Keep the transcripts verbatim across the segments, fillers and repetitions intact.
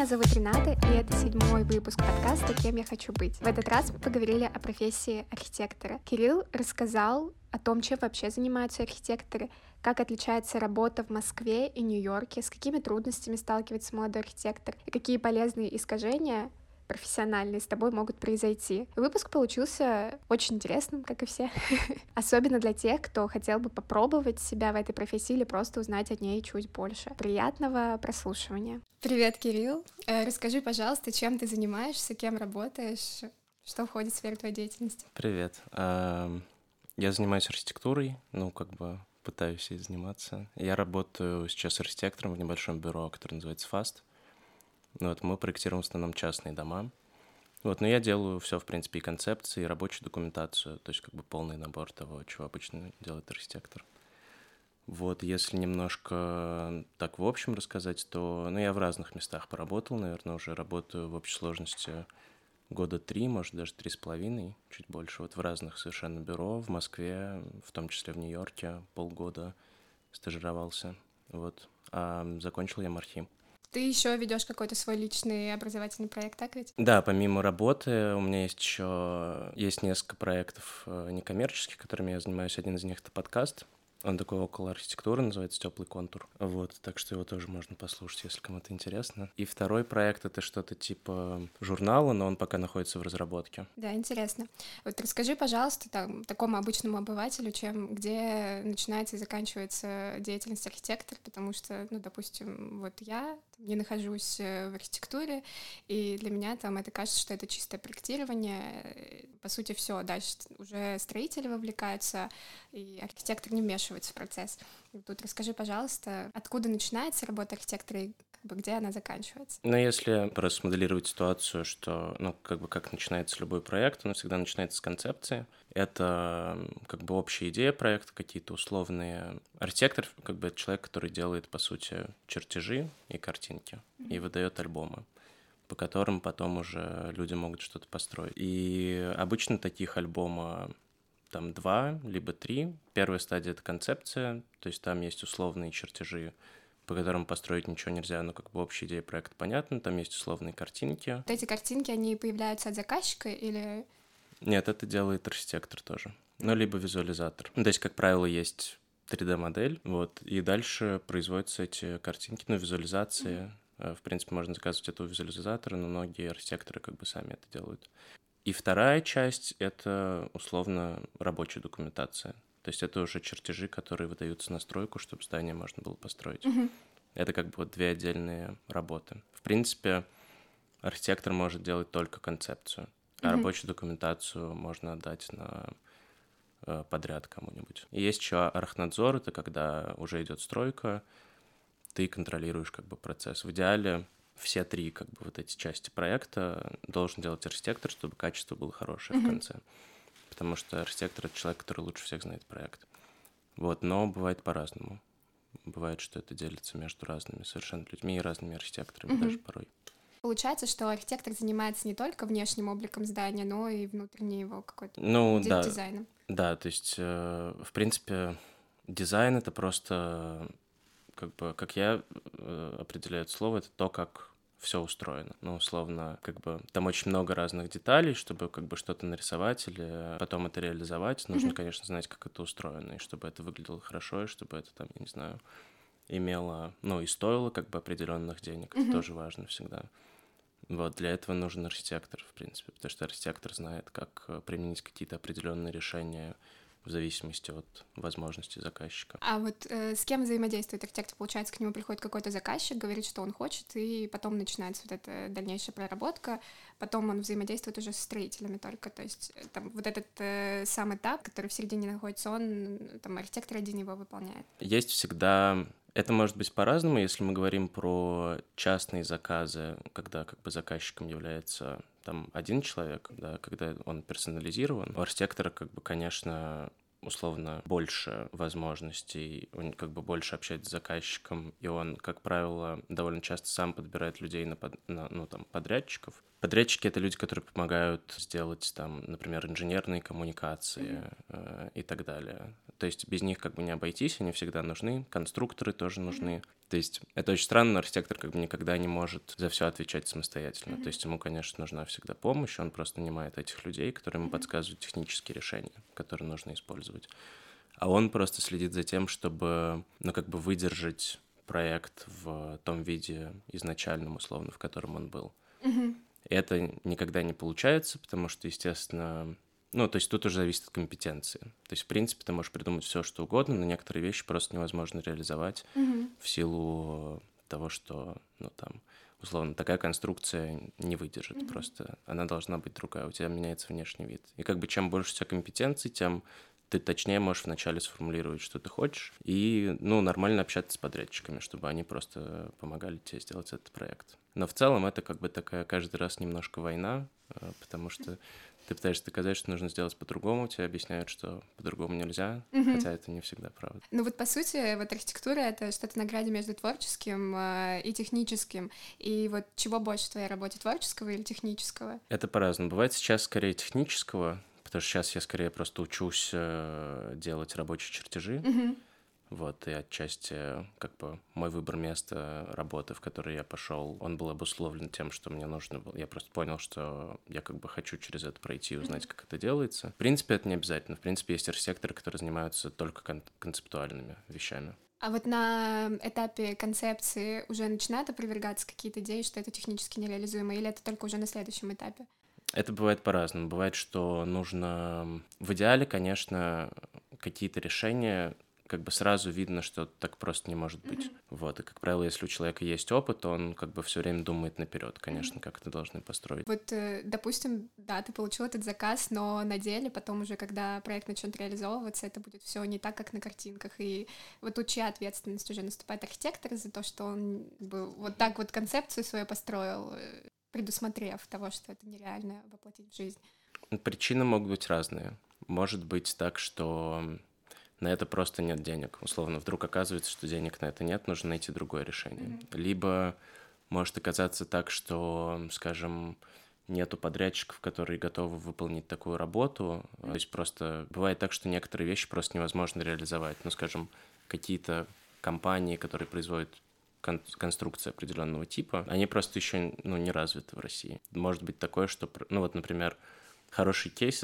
зовут Рената, и это седьмой выпуск подкаста «Кем я хочу быть». В этот раз мы поговорили о профессии архитектора. Кирилл рассказал о том, чем вообще занимаются архитекторы, как отличается работа в Москве и Нью-Йорке, с какими трудностями сталкивается молодой архитектор и какие полезные искажения профессиональные с тобой могут произойти. Выпуск получился очень интересным, как и все. Особенно для тех, кто хотел бы попробовать себя в этой профессии или просто узнать о ней чуть больше. Приятного прослушивания. Привет, Кирилл. Э, расскажи, пожалуйста, чем ты занимаешься, кем работаешь, что входит в сферу твоей деятельности? Привет. А, Я занимаюсь архитектурой, ну, как бы пытаюсь ей заниматься. Я работаю сейчас архитектором в небольшом бюро, которое называется фаст. Вот, мы проектируем в основном частные дома. Вот, но я делаю все, в принципе, и концепции, и рабочую документацию, то есть как бы полный набор того, чего обычно делает архитектор. Вот, если немножко так в общем рассказать, то, ну, я в разных местах поработал, наверное, уже работаю в общей сложности года три, может, даже три с половиной, чуть больше, вот в разных совершенно бюро, в Москве, в том числе в Нью-Йорке, полгода стажировался, вот, а закончил я МАРХИ. Ты еще ведешь какой-то свой личный образовательный проект, так ведь? Да, помимо работы у меня есть еще есть несколько проектов э, некоммерческих, которыми я занимаюсь. Один из них — это подкаст. Он такой около архитектуры, называется «Теплый контур». Вот, так что его тоже можно послушать, если кому-то интересно. И второй проект — это что-то типа журнала, но он пока находится в разработке. Да, интересно. Вот расскажи, пожалуйста, там, такому обычному обывателю, чем, где начинается и заканчивается деятельность архитектора, потому что, ну, допустим, вот я не нахожусь в архитектуре, и для меня там это кажется, что это чистое проектирование. По сути, все. Дальше уже строители вовлекаются, и архитектор не вмешивается в процесс. Тут расскажи, пожалуйста, откуда начинается работа архитектора и как бы где она заканчивается? Ну, если просто смоделировать ситуацию, что, ну, как бы как начинается любой проект, он всегда начинается с концепции. Это как бы общая идея проекта, какие-то условные... Архитектор, как бы, это человек, который делает, по сути, чертежи и картинки, mm-hmm. и выдает альбомы, по которым потом уже люди могут что-то построить. И обычно таких альбома там два, либо три. Первая стадия — это концепция, то есть там есть условные чертежи, по которым построить ничего нельзя, но как бы общая идея проекта понятна, там есть условные картинки. Вот эти картинки, они появляются от заказчика или... Нет, это делает архитектор тоже, ну, либо визуализатор. Ну, то есть, как правило, есть три дэ-модель, вот, и дальше производятся эти картинки, ну, визуализации. Mm-hmm. В принципе, можно заказывать это у визуализатора, но многие архитекторы как бы сами это делают. И вторая часть — это, условно, рабочая документация. То есть это уже чертежи, которые выдаются на стройку, чтобы здание можно было построить. Mm-hmm. Это как бы вот две отдельные работы. В принципе, архитектор может делать только концепцию, а mm-hmm. рабочую документацию можно отдать на э, подряд кому-нибудь. И есть еще архнадзор, это когда уже идет стройка, ты контролируешь как бы процесс. В идеале все три как бы вот эти части проекта должен делать архитектор, чтобы качество было хорошее mm-hmm. в конце. Потому что архитектор — это человек, который лучше всех знает проект. Вот, но бывает по-разному. Бывает, что это делится между разными совершенно людьми и разными архитекторами mm-hmm. даже порой. Получается, что архитектор занимается не только внешним обликом здания, но и внутренним его какой-то ну, ди- да. дизайном. Да, то есть, э, в принципе, дизайн — это просто, как бы, как я э, определяю это слово, это то, как все устроено. Ну, условно, как бы там очень много разных деталей, чтобы как бы что-то нарисовать или потом это реализовать. Нужно, mm-hmm. конечно, знать, как это устроено, и чтобы это выглядело хорошо, и чтобы это там, я не знаю, имело, ну, и стоило как бы определенных денег. Mm-hmm. Это тоже важно всегда. Вот, для этого нужен архитектор, в принципе, потому что архитектор знает, как применить какие-то определенные решения в зависимости от возможностей заказчика. А вот э, с кем взаимодействует архитектор? Получается, к нему приходит какой-то заказчик, говорит, что он хочет, и потом начинается вот эта дальнейшая проработка, потом он взаимодействует уже со строителями только, то есть там вот этот э, сам этап, который в середине находится, он, там, архитектор один его выполняет. Есть всегда... Это может быть по-разному, если мы говорим про частные заказы, когда как бы заказчиком является там один человек, да, когда он персонализирован. У архитектора, как бы, конечно, условно больше возможностей, он как бы больше общается с заказчиком, и он, как правило, довольно часто сам подбирает людей на, под, на ну, там, подрядчиков. Подрядчики — это люди, которые помогают сделать, там, например, инженерные коммуникации mm-hmm. э, и так далее. То есть без них как бы не обойтись, они всегда нужны, конструкторы тоже нужны. То есть это очень странно, но архитектор как бы никогда не может за все отвечать самостоятельно. Mm-hmm. То есть ему, конечно, нужна всегда помощь, он просто нанимает этих людей, которые ему mm-hmm. подсказывают технические решения, которые нужно использовать. А он просто следит за тем, чтобы, ну, как бы выдержать проект в том виде изначальном, условно, в котором он был. Mm-hmm. И это никогда не получается, потому что, естественно... Ну, то есть тут уже зависит от компетенции. То есть, в принципе, ты можешь придумать все, что угодно, но некоторые вещи просто невозможно реализовать mm-hmm. в силу того, что, ну, там, условно, такая конструкция не выдержит mm-hmm. просто. Она должна быть другая, у тебя меняется внешний вид. И как бы чем больше у тебя компетенций, тем ты точнее можешь вначале сформулировать, что ты хочешь, и, ну, нормально общаться с подрядчиками, чтобы они просто помогали тебе сделать этот проект. Но в целом это как бы такая каждый раз немножко война, потому что ты пытаешься доказать, что нужно сделать по-другому, тебе объясняют, что по-другому нельзя, mm-hmm. хотя это не всегда правда. Ну вот по сути, вот архитектура — это что-то на граде между творческим э, и техническим. И вот чего больше в твоей работе, творческого или технического? Это по-разному. Бывает сейчас скорее технического, потому что сейчас я скорее просто учусь э, делать рабочие чертежи. Mm-hmm. Вот, и отчасти, как бы, мой выбор места работы, в который я пошел, он был обусловлен тем, что мне нужно было. Я просто понял, что я как бы хочу через это пройти и узнать, как это делается. В принципе, это не обязательно. В принципе, есть архитекторы, которые занимаются только кон- концептуальными вещами. А вот на этапе концепции уже начинают опровергаться какие-то идеи, что это технически нереализуемо, или это только уже на следующем этапе? Это бывает по-разному. Бывает, что нужно... В идеале, конечно, какие-то решения... как бы сразу видно, что так просто не может быть. Mm-hmm. Вот, и, как правило, если у человека есть опыт, он как бы все время думает наперед, конечно, mm-hmm. как это должны построить. Вот, допустим, да, ты получил этот заказ, но на деле потом уже, когда проект начнет реализовываться, это будет все не так, как на картинках. И вот тут чья ответственность уже наступает архитектор за то, что он бы вот так вот концепцию свою построил, предусмотрев того, что это нереально воплотить в жизнь. Причины могут быть разные. Может быть так, что на это просто нет денег. Условно, вдруг оказывается, что денег на это нет, нужно найти другое решение. Mm-hmm. Либо может оказаться так, что, скажем, нету подрядчиков, которые готовы выполнить такую работу. Mm-hmm. То есть просто бывает так, что некоторые вещи просто невозможно реализовать. Ну, скажем, какие-то компании, которые производят кон- конструкции определенного типа, они просто еще, ну, не развиты в России. Может быть такое, что, ну вот, например, хороший кейс —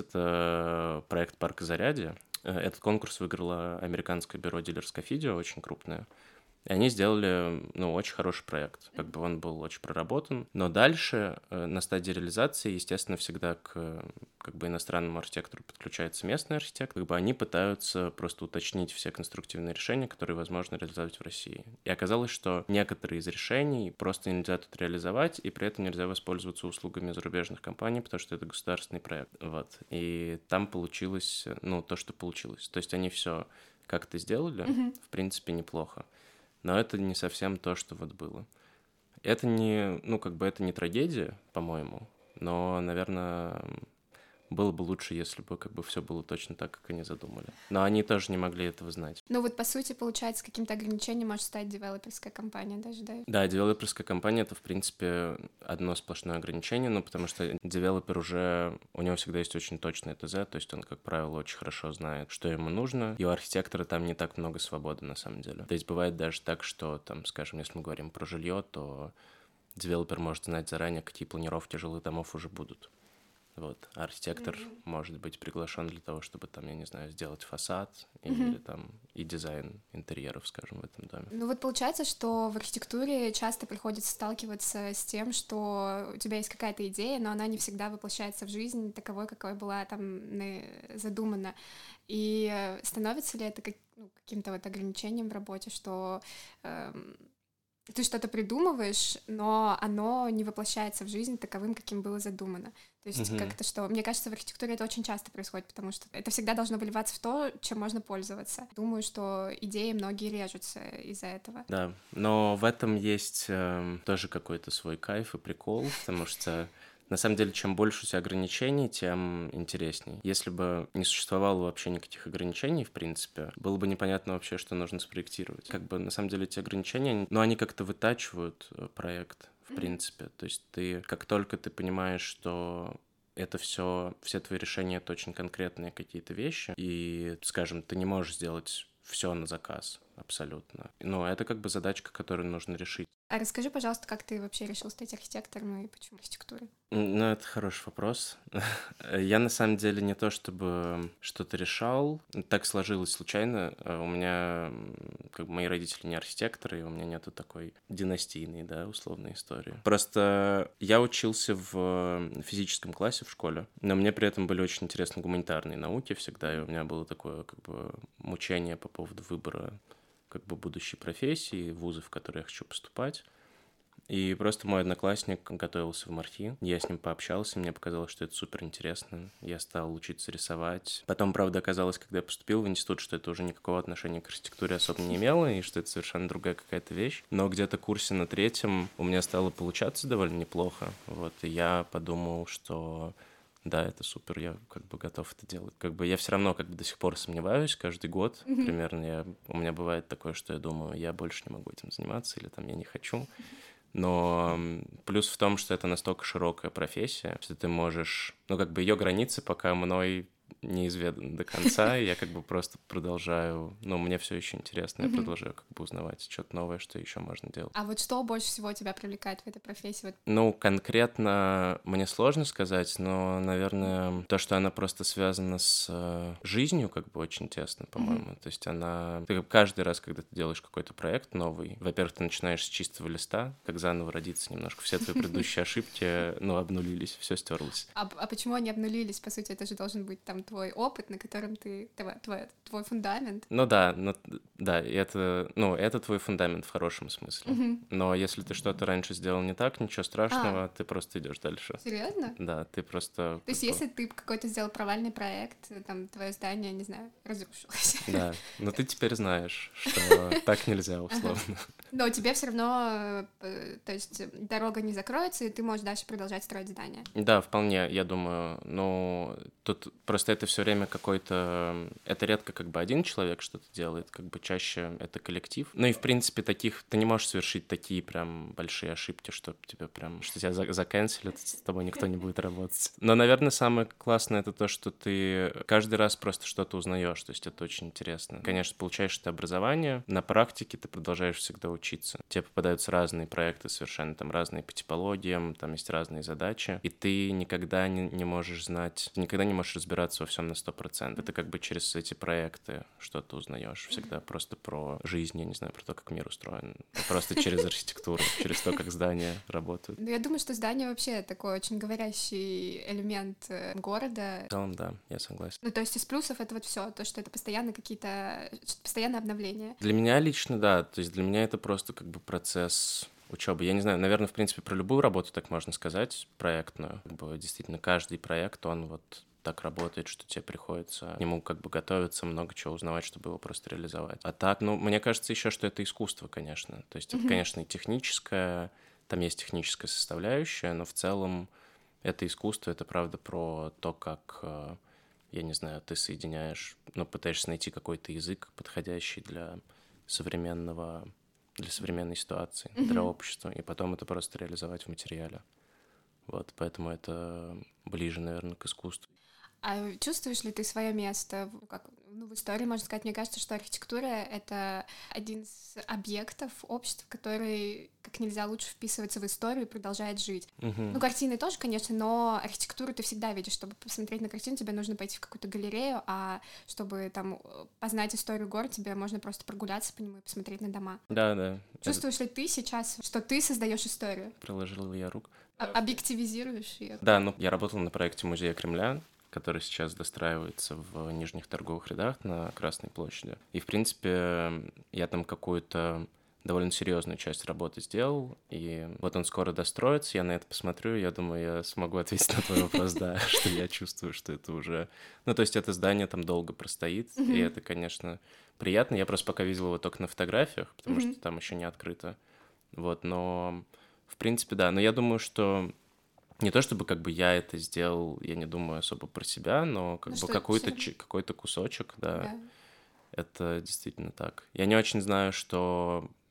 это проект парка Зарядье. Этот конкурс выиграло американское бюро Dealers Cofidio, очень крупное. И они сделали, ну, очень хороший проект. Как бы он был очень проработан. Но дальше, на стадии реализации, естественно, всегда к как бы иностранному архитектору подключается местный архитектор. Как бы они пытаются просто уточнить все конструктивные решения, которые возможно реализовать в России. И оказалось, что некоторые из решений просто нельзя тут реализовать, и при этом нельзя воспользоваться услугами зарубежных компаний, потому что это государственный проект. Вот. И там получилось, ну, то, что получилось. То есть они все как-то сделали, mm-hmm. в принципе, неплохо. Но это не совсем то, что вот было. Это не, ну, как бы это не трагедия, по-моему, но, наверное, было бы лучше, если бы как бы все было точно так, как они задумали. Но они тоже не могли этого знать. Ну вот, по сути, получается, каким-то ограничением может стать девелоперская компания даже, да? Да, девелоперская компания — это, в принципе, одно сплошное ограничение, ну, потому что девелопер уже, у него всегда есть очень точный ТЗ, то есть он, как правило, очень хорошо знает, что ему нужно, и у архитектора там не так много свободы, на самом деле. То есть бывает даже так, что, там, скажем, если мы говорим про жилье, то девелопер может знать заранее, какие планировки жилых домов уже будут. Вот. А архитектор mm-hmm. может быть приглашен для того, чтобы там, я не знаю, сделать фасад mm-hmm. или там и дизайн интерьеров, скажем, в этом доме. Ну вот получается, что в архитектуре часто приходится сталкиваться с тем, что у тебя есть какая-то идея, но она не всегда воплощается в жизнь таковой, какой была там задумана. И становится ли это как, ну, каким-то вот ограничением в работе, что эм, ты что-то придумываешь, но оно не воплощается в жизнь таковым, каким было задумано. То есть mm-hmm. как-то что... Мне кажется, в архитектуре это очень часто происходит, потому что это всегда должно выливаться в то, чем можно пользоваться. Думаю, что идеи многие режутся из-за этого. Да, но в этом есть э, тоже какой-то свой кайф и прикол, потому что на самом деле, чем больше у тебя ограничений, тем интересней. Если бы не существовало вообще никаких ограничений, в принципе, было бы непонятно вообще, что нужно спроектировать. Как бы, на самом деле, эти ограничения, ну, они как-то вытачивают проект, в принципе. То есть ты, как только ты понимаешь, что это все, все твои решения — это очень конкретные какие-то вещи, и, скажем, ты не можешь сделать все на заказ абсолютно. Но это как бы задачка, которую нужно решить. А расскажи, пожалуйста, как ты вообще решил стать архитектором и почему архитектура? Ну, это хороший вопрос. Я на самом деле не то чтобы что-то решал. Так сложилось случайно. У меня, как бы, мои родители не архитекторы, и у меня нету такой династийной, да, условной истории. Просто я учился в физическом классе в школе, но мне при этом были очень интересны гуманитарные науки всегда, и у меня было такое, как бы, мучение по поводу выбора, как бы, будущей профессии, вузов, в которые я хочу поступать. И просто мой одноклассник готовился в МАРТИ, я с ним пообщался, мне показалось, что это супер интересно. Я стал учиться рисовать. Потом, правда, оказалось, когда я поступил в институт, что это уже никакого отношения к архитектуре особо не имело, и что это совершенно другая какая-то вещь. Но где-то в курсе на третьем у меня стало получаться довольно неплохо. Вот, и я подумал, что да, это супер, я как бы готов это делать. Как бы я все равно как бы до сих пор сомневаюсь каждый год. Mm-hmm. Примерно я, у меня бывает такое, что я думаю, я больше не могу этим заниматься, или там я не хочу. Но плюс в том, что это настолько широкая профессия, что ты можешь... Ну, как бы ее границы пока мной не изведаны до конца, и я как бы просто продолжаю... Ну, мне все еще интересно, я продолжаю как бы узнавать что-то новое, что еще можно делать. А вот что больше всего тебя привлекает в этой профессии? Ну, конкретно мне сложно сказать, но, наверное, то, что она просто связана с жизнью, как бы очень тесно, по-моему. Mm-hmm. То есть она... Ты каждый раз, когда ты делаешь какой-то проект новый, во-первых, ты начинаешь с чистого листа, как заново родиться немножко. Все твои предыдущие ошибки, ну, обнулились, все стерлось. А, а почему они обнулились? По сути, это же должен быть там твой опыт, на котором ты... Твой, твой, твой фундамент. Ну да, ну, да, это, ну, это твой фундамент в хорошем смысле. Mm-hmm. Но если ты что-то раньше сделал не так, ничего страшного, а. ты просто идешь дальше. Серьезно? Да, ты просто... То есть бы... если ты какой-то сделал провальный проект, там, твое здание, не знаю, разрушилось. Да, но ты теперь знаешь, что так нельзя, условно. Но тебе все равно, то есть дорога не закроется, и ты можешь дальше продолжать строить здание. Да, вполне, я думаю. Ну, тут просто это все время какой-то... Это редко как бы один человек что-то делает, как бы чаще это коллектив. Ну и, в принципе, таких... Ты не можешь совершить такие прям большие ошибки, чтобы тебя прям... Что тебя заканцелят, с тобой никто не будет работать. Но, наверное, самое классное — это то, что ты каждый раз просто что-то узнаешь. То есть это очень интересно. Конечно, получаешь это образование, на практике ты продолжаешь всегда учиться. Тебе попадаются разные проекты совершенно, там разные по типологиям, там есть разные задачи, и ты никогда не, не можешь знать, ты никогда не можешь разбираться во всем на сто процентов. Это как бы через эти проекты что-то узнаешь всегда просто про жизнь, я не знаю, про то, как мир устроен. Просто через архитектуру, через то, как здания работают. Ну, я думаю, что здание вообще такой очень говорящий элемент города. В целом, да, я согласен. Ну, то есть из плюсов это вот все, то, что это постоянно какие-то, постоянное обновление. Для меня лично, да, то есть для меня это просто как бы процесс учебы. Я не знаю, наверное, в принципе, про любую работу так можно сказать, проектную. Как бы действительно каждый проект, он вот так работает, что тебе приходится к нему как бы готовиться, много чего узнавать, чтобы его просто реализовать. А так, ну, мне кажется еще, что это искусство, конечно. То есть mm-hmm. это, конечно, и техническое, там есть техническая составляющая, но в целом это искусство, это правда про то, как, я не знаю, ты соединяешь, ну, пытаешься найти какой-то язык, подходящий для современного, для современной ситуации, mm-hmm. для общества, и потом это просто реализовать в материале. Вот, поэтому это ближе, наверное, к искусству. А чувствуешь ли ты свое место, как, ну, в истории, можно сказать? Мне кажется, что архитектура — это один из объектов общества, который как нельзя лучше вписывается в историю и продолжает жить. Uh-huh. Ну, картины тоже, конечно, но архитектуру ты всегда видишь. Чтобы посмотреть на картину, тебе нужно пойти в какую-то галерею, а чтобы там познать историю города, тебе можно просто прогуляться по нему и посмотреть на дома. Да, да. Чувствуешь ли ты сейчас, что ты создаешь историю? Приложил я руку. А- объективизируешь ее? Да, ну, я работал на проекте Музея Кремля, который сейчас достраивается в нижних торговых рядах на Красной площади. И, в принципе, я там какую-то довольно серьезную часть работы сделал, и вот он скоро достроится, я на это посмотрю, я думаю, я смогу ответить на твой вопрос, да, что я чувствую, что это уже... Ну, то есть это здание там долго простоит, и это, конечно, приятно. Я просто пока видел его только на фотографиях, потому что там еще не открыто. Вот, но, в принципе, да. Но я думаю, что не то чтобы как бы я это сделал, я не думаю особо про себя, но как ну, бы какой-то, ч- какой-то кусочек, да, да, это действительно так. Я не очень знаю, что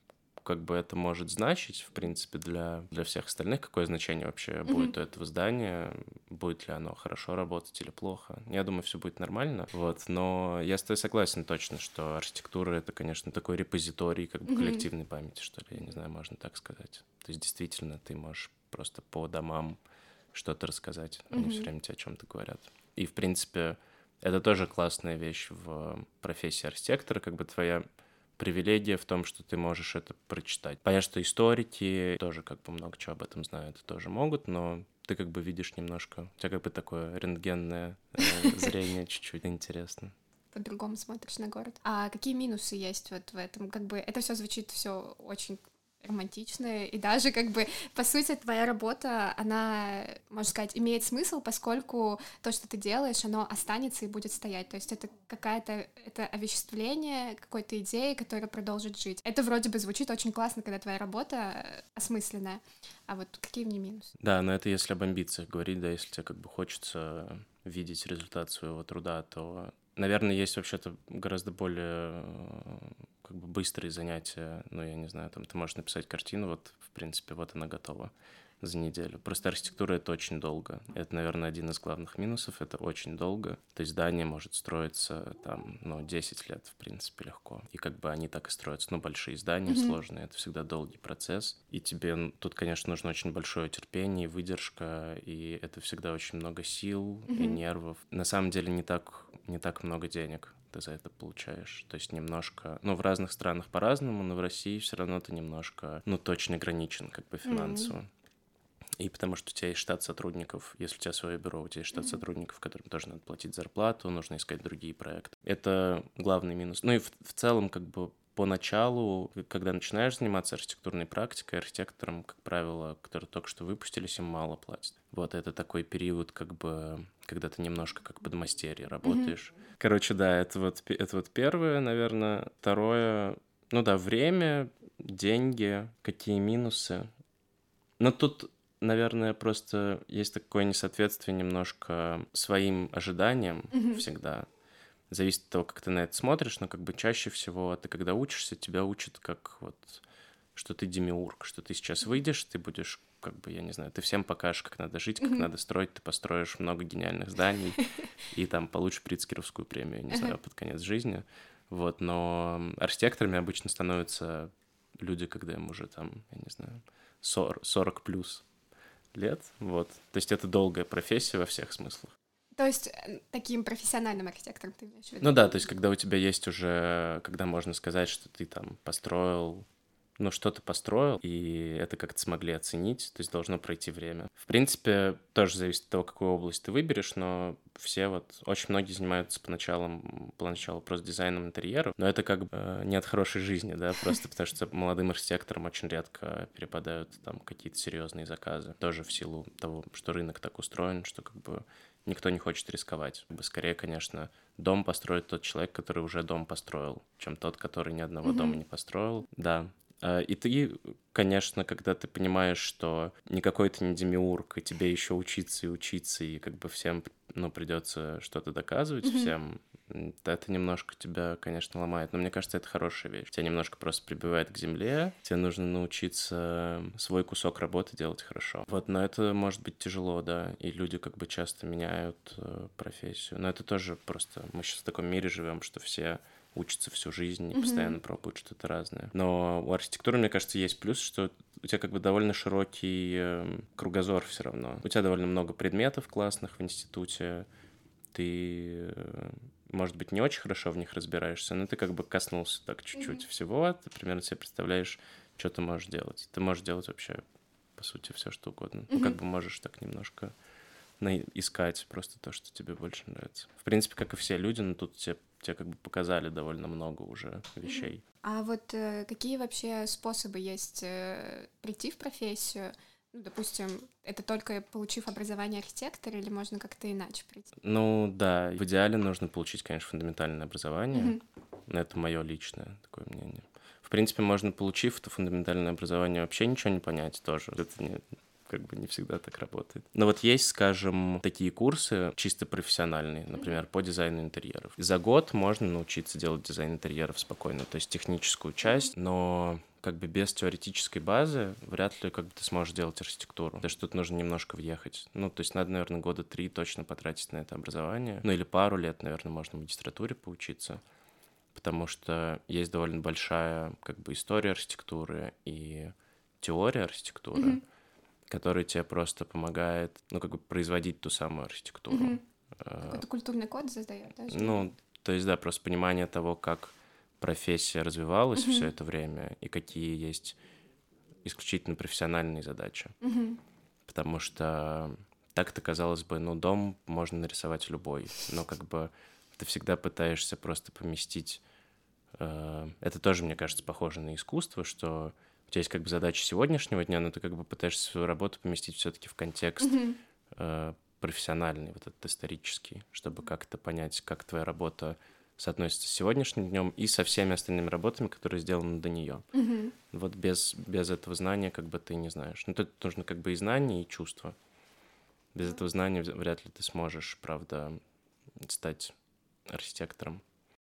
как бы это может значить, в принципе, для, для всех остальных, какое значение вообще Mm-hmm. будет у этого здания, будет ли оно хорошо работать или плохо. Я думаю, все будет нормально, вот, но я с тобой согласен точно, что архитектура — это, конечно, такой репозиторий как бы Mm-hmm. коллективной памяти, что ли, я не знаю, можно так сказать. То есть действительно ты можешь просто по домам что-то рассказать, mm-hmm. они все время тебе о чем-то говорят. И, в принципе, это тоже классная вещь в профессии архитектора, как бы твоя привилегия в том, что ты можешь это прочитать. Понятно, что историки тоже как бы много чего об этом знают, тоже могут, но ты как бы видишь немножко, у тебя как бы такое рентгенное э, зрение чуть-чуть интересно. По-другому смотришь на город. А какие минусы есть вот в этом? Как бы это все звучит все очень романтичная, и даже как бы, по сути, твоя работа, она, можно сказать, имеет смысл, поскольку то, что ты делаешь, оно останется и будет стоять. То есть это какая-то, это овеществление какой-то идеи, которая продолжит жить. Это вроде бы звучит очень классно, когда твоя работа осмысленная. А вот какие в ней минусы? Да, но это если об амбициях говорить, да, если тебе как бы хочется видеть результат своего труда, то, наверное, есть вообще-то гораздо более как бы быстрые занятия. Ну, я не знаю, там ты можешь написать картину, вот, в принципе, вот она готова за неделю. Просто архитектура — это очень долго. Это, наверное, один из главных минусов. Это очень долго. То есть здание может строиться там, ну, десять лет, в принципе, легко. И как бы они так и строятся. Ну, большие здания mm-hmm. сложные. Это всегда долгий процесс. И тебе тут, конечно, нужно очень большое терпение, выдержка. И это всегда очень много сил mm-hmm. и нервов. На самом деле не так, не так много денег ты за это получаешь. То есть немножко... Ну, в разных странах по-разному, но в России все равно ты немножко, ну, точно ограничен как бы финансово. Mm-hmm. И потому что у тебя есть штат сотрудников, если у тебя свое бюро, у тебя есть штат mm-hmm. сотрудников, которым тоже надо платить зарплату, нужно искать другие проекты. Это главный минус. Ну и в, в целом, как бы поначалу, когда начинаешь заниматься архитектурной практикой, архитекторам, как правило, которые только что выпустились, им мало платят. Вот это такой период, как бы, когда ты немножко как подмастерье работаешь. Mm-hmm. Короче, да, это вот, это вот первое, наверное. Второе, ну да, время, деньги, какие минусы. Но тут... Наверное, просто есть такое несоответствие немножко своим ожиданиям mm-hmm. всегда. Зависит от того, как ты на это смотришь, но как бы чаще всего ты, когда учишься, тебя учат как вот, что ты демиург, что ты сейчас выйдешь, ты будешь, как бы, я не знаю, ты всем покажешь, как надо жить, как mm-hmm. надо строить, ты построишь много гениальных зданий и там получишь Прицкеровскую премию, не знаю, под конец жизни. Вот, но архитекторами обычно становятся люди, когда им уже там, я не знаю, сорок плюс лет, вот. То есть это долгая профессия во всех смыслах. То есть таким профессиональным архитектором ты имеешь в виду? Ну да, то есть когда у тебя есть уже, когда можно сказать, что ты там построил, ну что-то построил, и это как-то смогли оценить, то есть должно пройти время. В принципе, тоже зависит от того, какую область ты выберешь, но все вот, очень многие занимаются поначалу, поначалу просто дизайном интерьеров, но это как бы не от хорошей жизни, да, просто потому что молодым архитекторам очень редко перепадают там какие-то серьезные заказы, тоже в силу того, что рынок так устроен, что как бы никто не хочет рисковать. Скорее, конечно, дом построит тот человек, который уже дом построил, чем тот, который ни одного mm-hmm. дома не построил. Да. И ты, конечно, когда ты понимаешь, что никакой ты не демиург, и тебе еще учиться и учиться, и как бы всем, ну, придется что-то доказывать mm-hmm. всем, это немножко тебя, конечно, ломает. Но мне кажется, это хорошая вещь. Тебя немножко просто прибивает к земле, тебе нужно научиться свой кусок работы делать хорошо. Вот, но это может быть тяжело, да, и люди как бы часто меняют э, профессию. Но это тоже просто... Мы сейчас в таком мире живем, что все учатся всю жизнь и mm-hmm. постоянно пробуют что-то разное. Но у архитектуры, мне кажется, есть плюс, что у тебя как бы довольно широкий э, кругозор все равно. У тебя довольно много предметов классных в институте, ты... Э, может быть, не очень хорошо в них разбираешься, но ты как бы коснулся так чуть-чуть mm-hmm. всего, ты примерно себе представляешь, что ты можешь делать. Ты можешь делать вообще, по сути, все что угодно. Mm-hmm. Ну, как бы можешь так немножко искать просто то, что тебе больше нравится. В принципе, как и все люди, но тут тебе, тебе как бы показали довольно много уже вещей. Mm-hmm. А вот э, какие вообще способы есть э, прийти в профессию? Ну, допустим, это только получив образование архитектора, или можно как-то иначе прийти? Ну, да, в идеале нужно получить, конечно, фундаментальное образование. Mm-hmm. Но это мое личное такое мнение. В принципе, можно, получив это фундаментальное образование, вообще ничего не понять тоже. Это не, как бы не всегда так работает. Но вот есть, скажем, такие курсы чисто профессиональные, например, mm-hmm. по дизайну интерьеров. За год можно научиться делать дизайн интерьеров спокойно, то есть техническую часть, но... как бы без теоретической базы вряд ли как бы ты сможешь делать архитектуру. То есть тут нужно немножко въехать. Ну, то есть надо, наверное, года три точно потратить на это образование. Ну, или пару лет, наверное, можно в магистратуре поучиться. Потому что есть довольно большая как бы история архитектуры и теория архитектуры, mm-hmm. которая тебе просто помогает, ну, как бы производить ту самую архитектуру. Mm-hmm. Какой-то культурный код задает, да? Ну, то есть, да, просто понимание того, как профессия развивалась mm-hmm. все это время и какие есть исключительно профессиональные задачи. Mm-hmm. Потому что так-то, казалось бы, ну, дом можно нарисовать любой, но как бы ты всегда пытаешься просто поместить... Э, это тоже, мне кажется, похоже на искусство, что у тебя есть как бы задача сегодняшнего дня, но ты как бы пытаешься свою работу поместить все-таки в контекст mm-hmm. э, профессиональный, вот этот исторический, чтобы как-то понять, как твоя работа соотносится с сегодняшним днем и со всеми остальными работами, которые сделаны до нее. Mm-hmm. Вот без, без этого знания как бы ты не знаешь. Ну, тут нужно как бы и знание, и чувство. Без mm-hmm. этого знания вряд ли ты сможешь, правда, стать архитектором.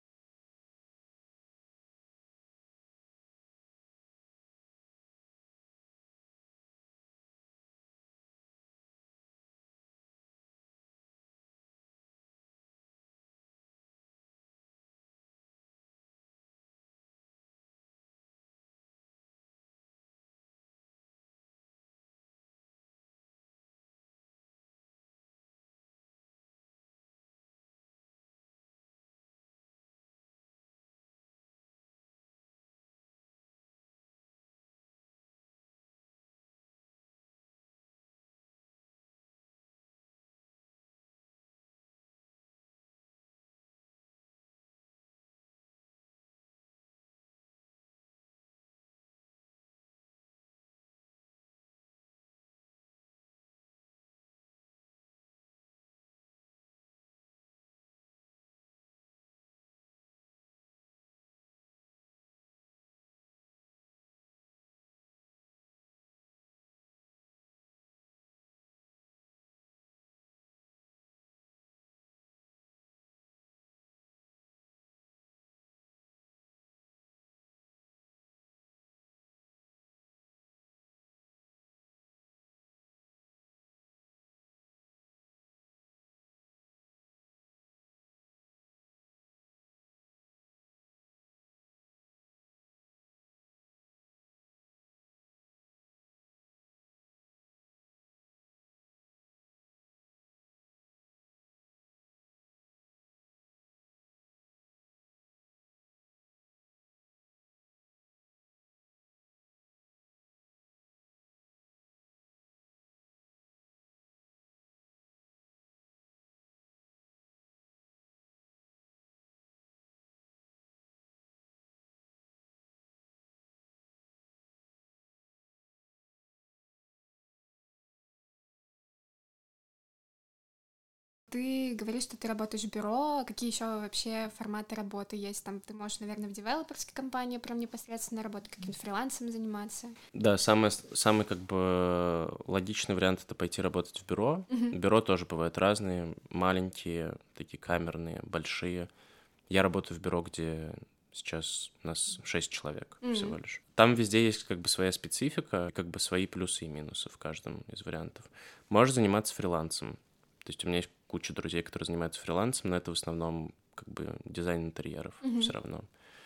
Ты говоришь, что ты работаешь в бюро. Какие еще вообще форматы работы есть? Там ты можешь, наверное, в девелоперской компании прям непосредственно работать, каким-то фрилансом заниматься. Да, самый, самый как бы логичный вариант — это пойти работать в бюро. Mm-hmm. Бюро тоже бывают разные, маленькие, такие камерные, большие. Я работаю в бюро, где сейчас у нас шесть человек mm-hmm. всего лишь. Там везде есть как бы своя специфика, как бы свои плюсы и минусы в каждом из вариантов. Можешь заниматься фрилансом. То есть у меня есть куча друзей, которые занимаются фрилансом, но это в основном как бы дизайн интерьеров mm-hmm. все равно.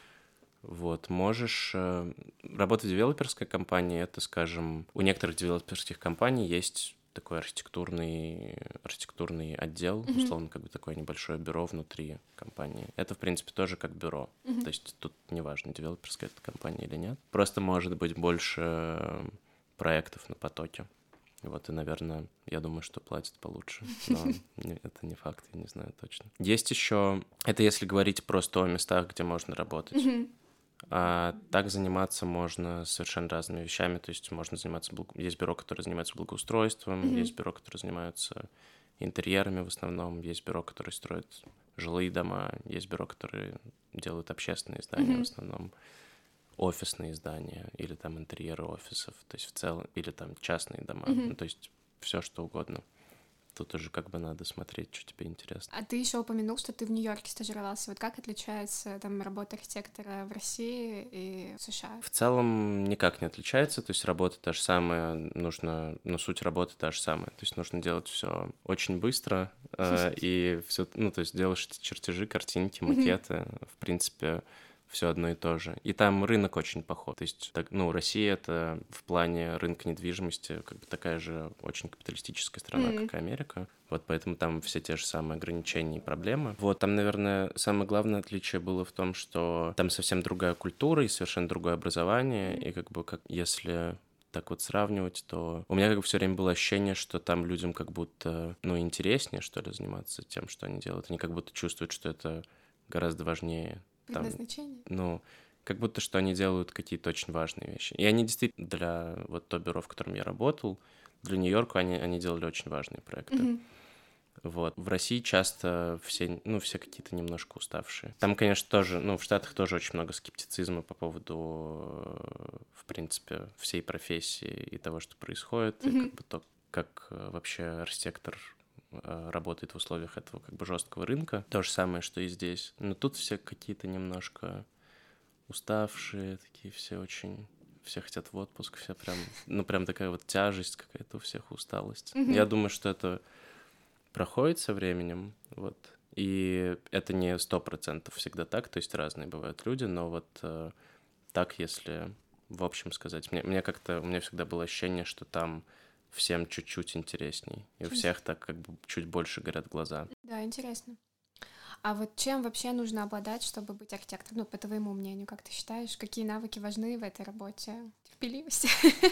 Вот, можешь э, работать в девелоперской компании, это, скажем, у некоторых девелоперских компаний есть такой архитектурный, архитектурный отдел, mm-hmm. условно, как бы такое небольшое бюро внутри компании. Это, в принципе, тоже как бюро. Mm-hmm. То есть тут неважно, девелоперская это компания или нет. Просто может быть больше проектов на потоке. Вот, и, наверное, я думаю, что платят получше, но это не факт, я не знаю точно. Есть еще, это если говорить просто о местах, где можно работать. Mm-hmm. А так заниматься можно совершенно разными вещами, то есть можно заниматься, есть бюро, которое занимается благоустройством, mm-hmm. есть бюро, которое занимается интерьерами в основном, есть бюро, которое строит жилые дома, есть бюро, которые делают общественные здания mm-hmm. в основном, офисные здания или там интерьеры офисов, то есть в целом, или там частные дома, mm-hmm. ну, то есть все что угодно. Тут уже как бы надо смотреть, что тебе интересно. А ты еще упомянул, что ты в Нью-Йорке стажировался. Вот как отличается там работа архитектора в России и в США? В целом никак не отличается, то есть работа та же самая, нужно, ну, суть работы та же самая, то есть нужно делать все очень быстро, э, и все, ну, то есть делаешь эти чертежи, картинки, макеты, в принципе, все одно и то же. И там рынок очень похож. То есть, так, ну, Россия — это в плане рынка недвижимости как бы такая же очень капиталистическая страна, Mm. как и Америка. Вот поэтому там все те же самые ограничения и проблемы. Вот там, наверное, самое главное отличие было в том, что там совсем другая культура и совершенно другое образование. Mm. И как бы как если так вот сравнивать, то у меня как бы все время было ощущение, что там людям как будто, ну, интереснее, что ли, заниматься тем, что они делают. Они как будто чувствуют, что это гораздо важнее. Там, Предназначение? ну, как будто что они делают какие-то очень важные вещи. И они действительно для вот то бюро, в котором я работал, для Нью-Йорка они, они делали очень важные проекты. Mm-hmm. Вот. В России часто все, ну, все какие-то немножко уставшие. Там, конечно, тоже, ну, в Штатах тоже очень много скептицизма по поводу, в принципе, всей профессии и того, что происходит, Mm-hmm. и как бы то, как вообще архитектор работает в условиях этого как бы жесткого рынка. То же самое, что и здесь. Но тут все какие-то немножко уставшие, такие все очень... Все хотят в отпуск, все прям... Ну, прям такая вот тяжесть какая-то у всех, усталость. Mm-hmm. Я думаю, что это проходит со временем, вот. И это не сто процентов всегда так, то есть разные бывают люди, но вот э, так, если в общем сказать, мне, мне как-то... У меня всегда было ощущение, что там всем чуть-чуть интересней. И у всех так как бы чуть больше горят глаза. Да, интересно. А вот чем вообще нужно обладать, чтобы быть архитектором? Ну, по твоему мнению, как ты считаешь, какие навыки важны в этой работе? Терпеливость?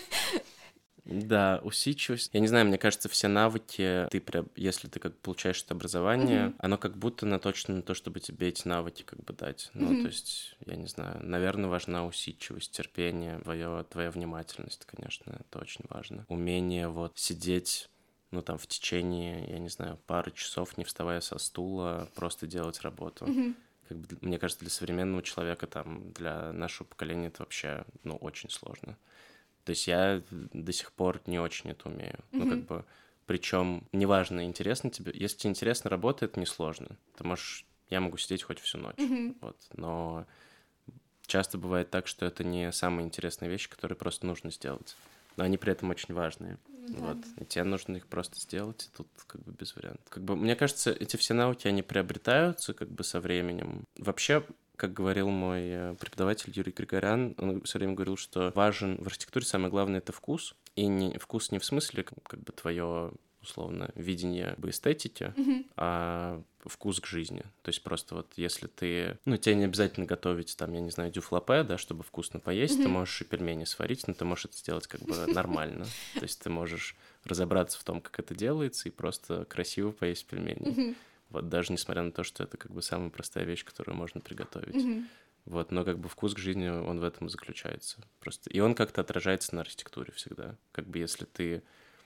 Да, усидчивость. Я не знаю, мне кажется, все навыки, ты прям, если ты как получаешь это образование, mm-hmm. оно как будто наточено на то, чтобы тебе эти навыки как бы дать. Ну, mm-hmm. то есть, я не знаю, наверное, важна усидчивость, терпение, твоё, твоя внимательность, конечно, это очень важно. Умение вот сидеть, ну, там, в течение, я не знаю, пары часов, не вставая со стула, просто делать работу. Mm-hmm. Как бы, мне кажется, для современного человека, там, для нашего поколения это вообще, ну, очень сложно. То есть я до сих пор не очень это умею. Mm-hmm. Ну, как бы, причем неважно, интересно тебе. Если тебе интересно работа, это несложно. Ты можешь... Я могу сидеть хоть всю ночь. Mm-hmm. Вот. Но часто бывает так, что это не самые интересные вещи, которые просто нужно сделать. Но они при этом очень важные. Mm-hmm. Вот. И тебе нужно их просто сделать, и тут как бы без вариантов. Как бы, мне кажется, эти все навыки, они приобретаются как бы со временем. Вообще... Как говорил мой преподаватель Юрий Григорян, он все время говорил, что важен в архитектуре самое главное — это вкус. И не, вкус не в смысле как бы твое, условно, видение эстетики, mm-hmm. а вкус к жизни. То есть просто вот если ты... Ну, тебе не обязательно готовить, там, я не знаю, дюфлапе, да, чтобы вкусно поесть, mm-hmm. ты можешь и пельмени сварить, но ты можешь это сделать как бы нормально. То есть ты можешь разобраться в том, как это делается, и просто красиво поесть пельмени. Mm-hmm. Вот даже несмотря на то, что это как бы самая простая вещь, которую можно приготовить. Mm-hmm. Вот, но как бы вкус к жизни, он в этом и заключается. Просто. И он как-то отражается на архитектуре всегда. Как бы если ты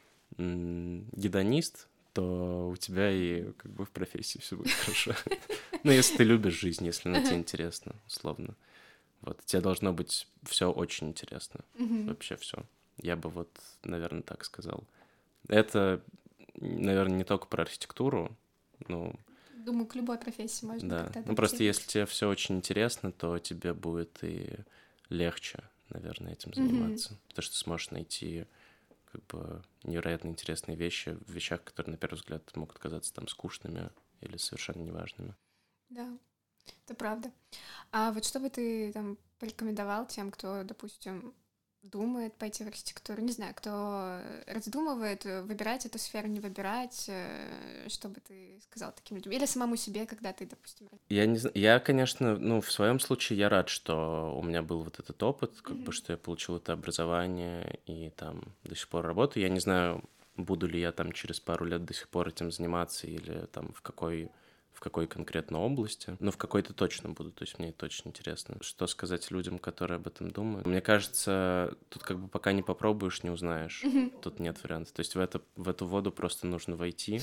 м- гедонист, то у тебя и как бы в профессии все будет хорошо. Ну, если ты любишь жизнь, если она тебе интересна, условно. Вот, тебе должно быть все очень интересно. Вообще все. Я бы вот, наверное, так сказал. Это, наверное, не только про архитектуру. Ну, думаю, к любой профессии можно. Да. Ну, просто если тебе все очень интересно, то тебе будет и легче, наверное, этим заниматься. Mm-hmm. Потому что ты сможешь найти как бы невероятно интересные вещи в вещах, которые, на первый взгляд, могут казаться там скучными или совершенно неважными. Да, это правда. А вот что бы ты там порекомендовал тем, кто, допустим, думает пойти в архитектуру, не знаю, кто раздумывает, выбирать эту сферу, не выбирать, что бы ты сказал таким людям? Или самому себе, когда ты, допустим... Я не знаю, я, конечно, ну, в своем случае я рад, что у меня был вот этот опыт, как mm-hmm. бы, что я получил это образование и там до сих пор работаю. Я не знаю, буду ли я там через пару лет до сих пор этим заниматься или там в какой... в какой конкретно области, но в какой-то точно буду, то есть мне это очень интересно. Что сказать людям, которые об этом думают? Мне кажется, тут как бы пока не попробуешь, не узнаешь. Mm-hmm. Тут нет вариантов. То есть в, это, в эту воду просто нужно войти,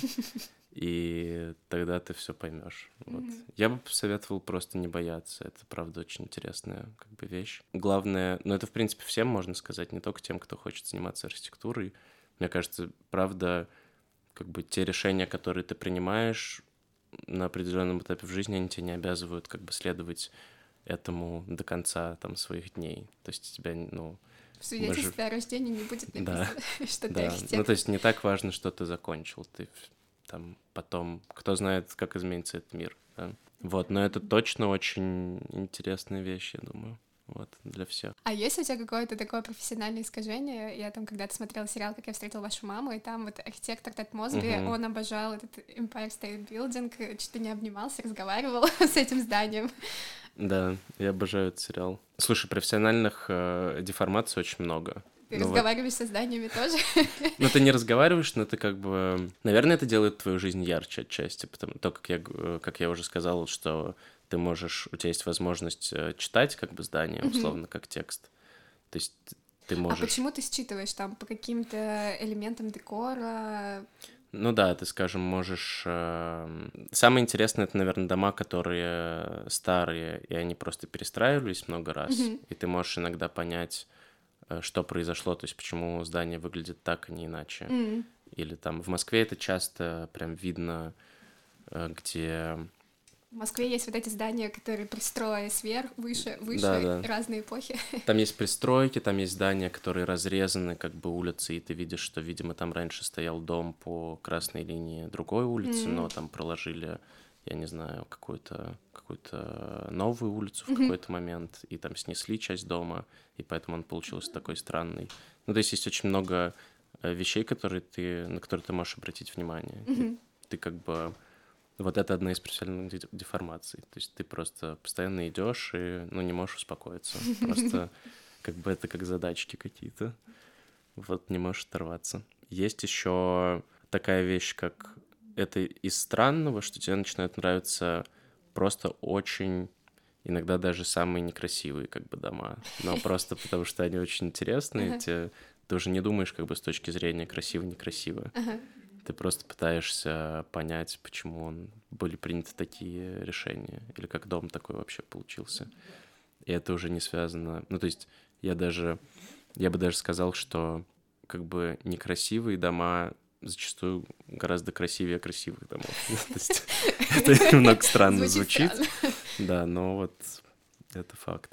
и тогда ты все поймешь. Вот. Mm-hmm. Я бы посоветовал просто не бояться. Это, правда, очень интересная как бы вещь. Главное, ну это, в принципе, всем можно сказать, не только тем, кто хочет заниматься архитектурой. Мне кажется, правда, как бы те решения, которые ты принимаешь на определенном этапе в жизни, они тебя не обязывают как бы следовать этому до конца там своих дней. То есть тебя, ну... В свидетельстве о рождении не будет написано, да, что ты да. архитектор. Ну, то есть не так важно, что ты закончил. Ты там потом... Кто знает, как изменится этот мир, да? Вот, но это точно очень интересная вещь, я думаю. Вот, для всех. А есть у тебя какое-то такое профессиональное искажение? Я там когда-то смотрела сериал «Как я встретил вашу маму», и там вот архитектор Тед Мосби, uh-huh. он обожал этот Empire State Building, чуть ли не обнимался, разговаривал с этим зданием. Да, я обожаю этот сериал. Слушай, профессиональных э, деформаций очень много. Ты ну разговариваешь вот... со зданиями тоже? Ну, ты не разговариваешь, но ты как бы... Наверное, это делает твою жизнь ярче отчасти, потому то, как я, как я уже сказал, что ты можешь... У тебя есть возможность читать как бы здание, условно, mm-hmm. как текст. То есть ты можешь... А почему ты считываешь там по каким-то элементам декора? Ну да, ты, скажем, можешь... Самое интересное, это, наверное, дома, которые старые, и они просто перестраивались много раз, mm-hmm. и ты можешь иногда понять, что произошло, то есть почему здание выглядит так, а не иначе. Mm. Или там в Москве это часто прям видно, где... В Москве есть вот эти здания, которые пристрои сверх, выше, выше, да, да. разные эпохи. Там есть пристройки, там есть здания, которые разрезаны как бы улицы, и ты видишь, что, видимо, там раньше стоял дом по красной линии другой улицы, mm. но там проложили, я не знаю, какую-то, какую-то новую улицу в mm-hmm. какой-то момент, и там снесли часть дома, и поэтому он получился такой странный. Ну, то есть есть очень много вещей, которые ты, на которые ты можешь обратить внимание. Mm-hmm. Ты как бы... Вот это одна из профессиональных деформаций. То есть ты просто постоянно идешь и, ну, не можешь успокоиться. Просто как бы это как задачки какие-то. Вот не можешь оторваться. Есть еще такая вещь, как это из странного, что тебе начинают нравиться просто очень, иногда даже самые некрасивые как бы дома. Но просто потому что они очень интересные, uh-huh. тебе, ты уже не думаешь как бы с точки зрения красиво-некрасиво. Uh-huh. Ты просто пытаешься понять, почему он, были приняты такие решения, или как дом такой вообще получился. И это уже не связано... Ну, то есть я даже... Я бы даже сказал, что как бы некрасивые дома зачастую гораздо красивее красивых домов. То есть это немного странно звучит. Да, но вот это факт.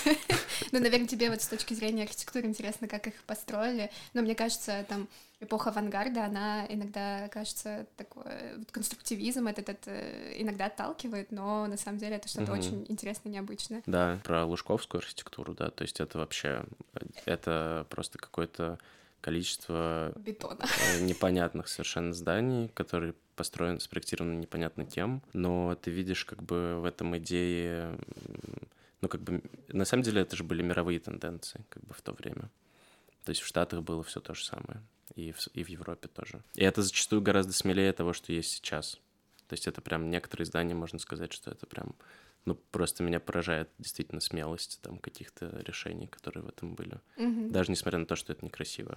Ну, наверное, тебе вот с точки зрения архитектуры интересно, как их построили. Но мне кажется, там эпоха авангарда, она иногда, кажется, такой вот конструктивизм этот, этот иногда отталкивает, но на самом деле это что-то угу. очень интересное, необычное. Да, про лужковскую архитектуру, да, то есть это вообще, это просто какое-то количество бетона. Непонятных совершенно зданий, которые построены, спроектированы непонятно кем, но ты видишь как бы в этом идее... Ну, как бы, на самом деле, это же были мировые тенденции, как бы, в то время. То есть в Штатах было все то же самое, и в, и в Европе тоже. И это зачастую гораздо смелее того, что есть сейчас. То есть это прям некоторые здания, можно сказать, что это прям... Ну, просто меня поражает действительно смелость там каких-то решений, которые в этом были. Mm-hmm. Даже несмотря на то, что это некрасиво.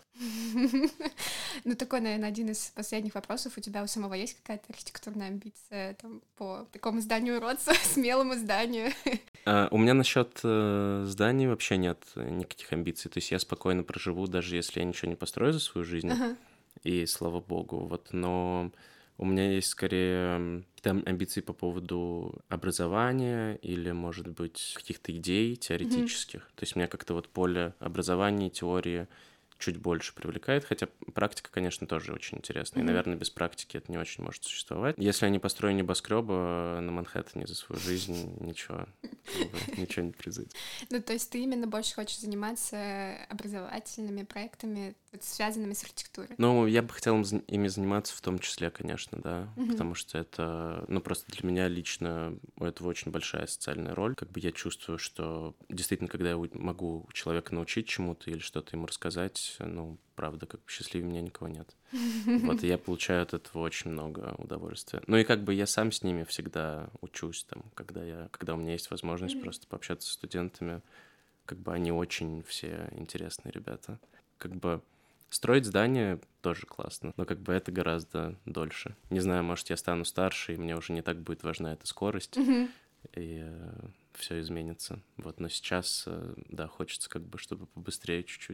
Ну, такой, наверное, один из последних вопросов. У тебя у самого есть какая-то архитектурная амбиция там, по такому зданию уродца, смелому зданию? А, у меня насчет э, зданий вообще нет никаких амбиций. То есть я спокойно проживу, даже если я ничего не построю за свою жизнь. Uh-huh. И слава богу. Вот, но... У меня есть скорее там амбиции по поводу образования или, может быть, каких-то идей теоретических. Mm-hmm. То есть меня как-то вот поле образования и теории чуть больше привлекает, хотя практика, конечно, тоже очень интересная. Mm-hmm. И, наверное, без практики это не очень может существовать. Если я не построю небоскреба на Манхэттене за свою жизнь, ничего, ничего не произойдет. Ну, то есть ты именно больше хочешь заниматься образовательными проектами, связанными с архитектурой? Ну, я бы хотел ими заниматься в том числе, конечно, да, mm-hmm. потому что это, ну, просто для меня лично у этого очень большая социальная роль. Как бы я чувствую, что действительно, когда я могу человека научить чему-то или что-то ему рассказать, ну, правда, как бы счастливее меня никого нет. Вот, и я получаю от этого очень много удовольствия. Ну, и как бы я сам с ними всегда учусь, там, когда я, когда у меня есть возможность mm-hmm. просто пообщаться с студентами, как бы они очень все интересные ребята. Как бы строить здание тоже классно, но как бы это гораздо дольше. Не знаю, может, я стану старше, и мне уже не так будет важна эта скорость, mm-hmm. и э, все изменится. Вот, но сейчас, э, да, хочется как бы, чтобы побыстрее чуть-чуть.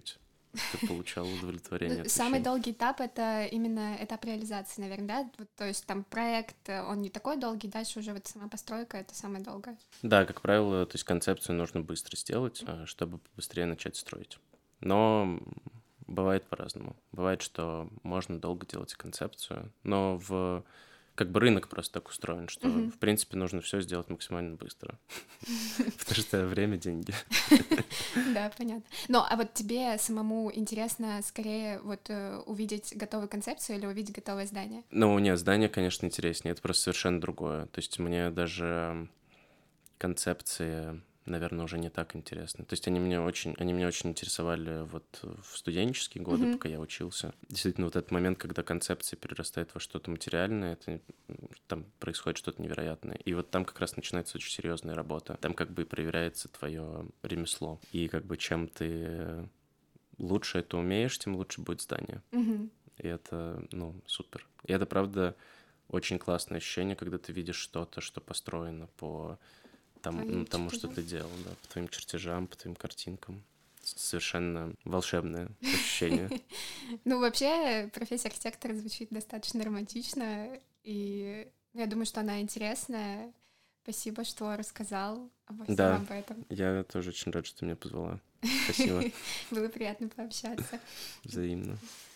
ты получал удовлетворение от Самый вещей. долгий этап — это именно этап реализации, наверное, да? Вот, то есть там проект, он не такой долгий, дальше уже вот сама постройка — это самое долгое. Да, как правило, то есть концепцию нужно быстро сделать, а, чтобы быстрее начать строить. Но бывает по-разному. Бывает, что можно долго делать концепцию, но в как бы рынок просто так устроен, что, Мгм. в принципе, нужно все сделать максимально быстро. Потому что время — деньги. Да, понятно. Ну, а вот тебе самому интересно скорее вот э, увидеть готовую концепцию или увидеть готовое здание? Ну, нет, здание, конечно, интереснее. Это просто совершенно другое. То есть мне даже концепции, наверное, уже не так интересны. То есть они мне очень, они меня очень интересовали вот в студенческие годы, Мгм. пока я учился. Действительно, вот этот момент, когда концепция перерастает во что-то материальное, это м, там происходит что-то невероятное. И вот там как раз начинается очень серьезная работа. Там как бы и проверяется твое ремесло. И как бы чем ты лучше это умеешь, тем лучше будет здание. Мгм. И это, ну, супер. И это, правда, очень классное ощущение, когда ты видишь что-то, что построено по тому, Твоим ну, тому, что чертежам. ты делал, да, по твоим чертежам, по твоим картинкам. С- Совершенно волшебное ощущение. Ну, вообще, профессия архитектора звучит достаточно романтично, и я думаю, что она интересная. Спасибо, что рассказал обо всем Да, об этом. я тоже очень рад, что ты меня позвала. Спасибо, Было приятно пообщаться. взаимно.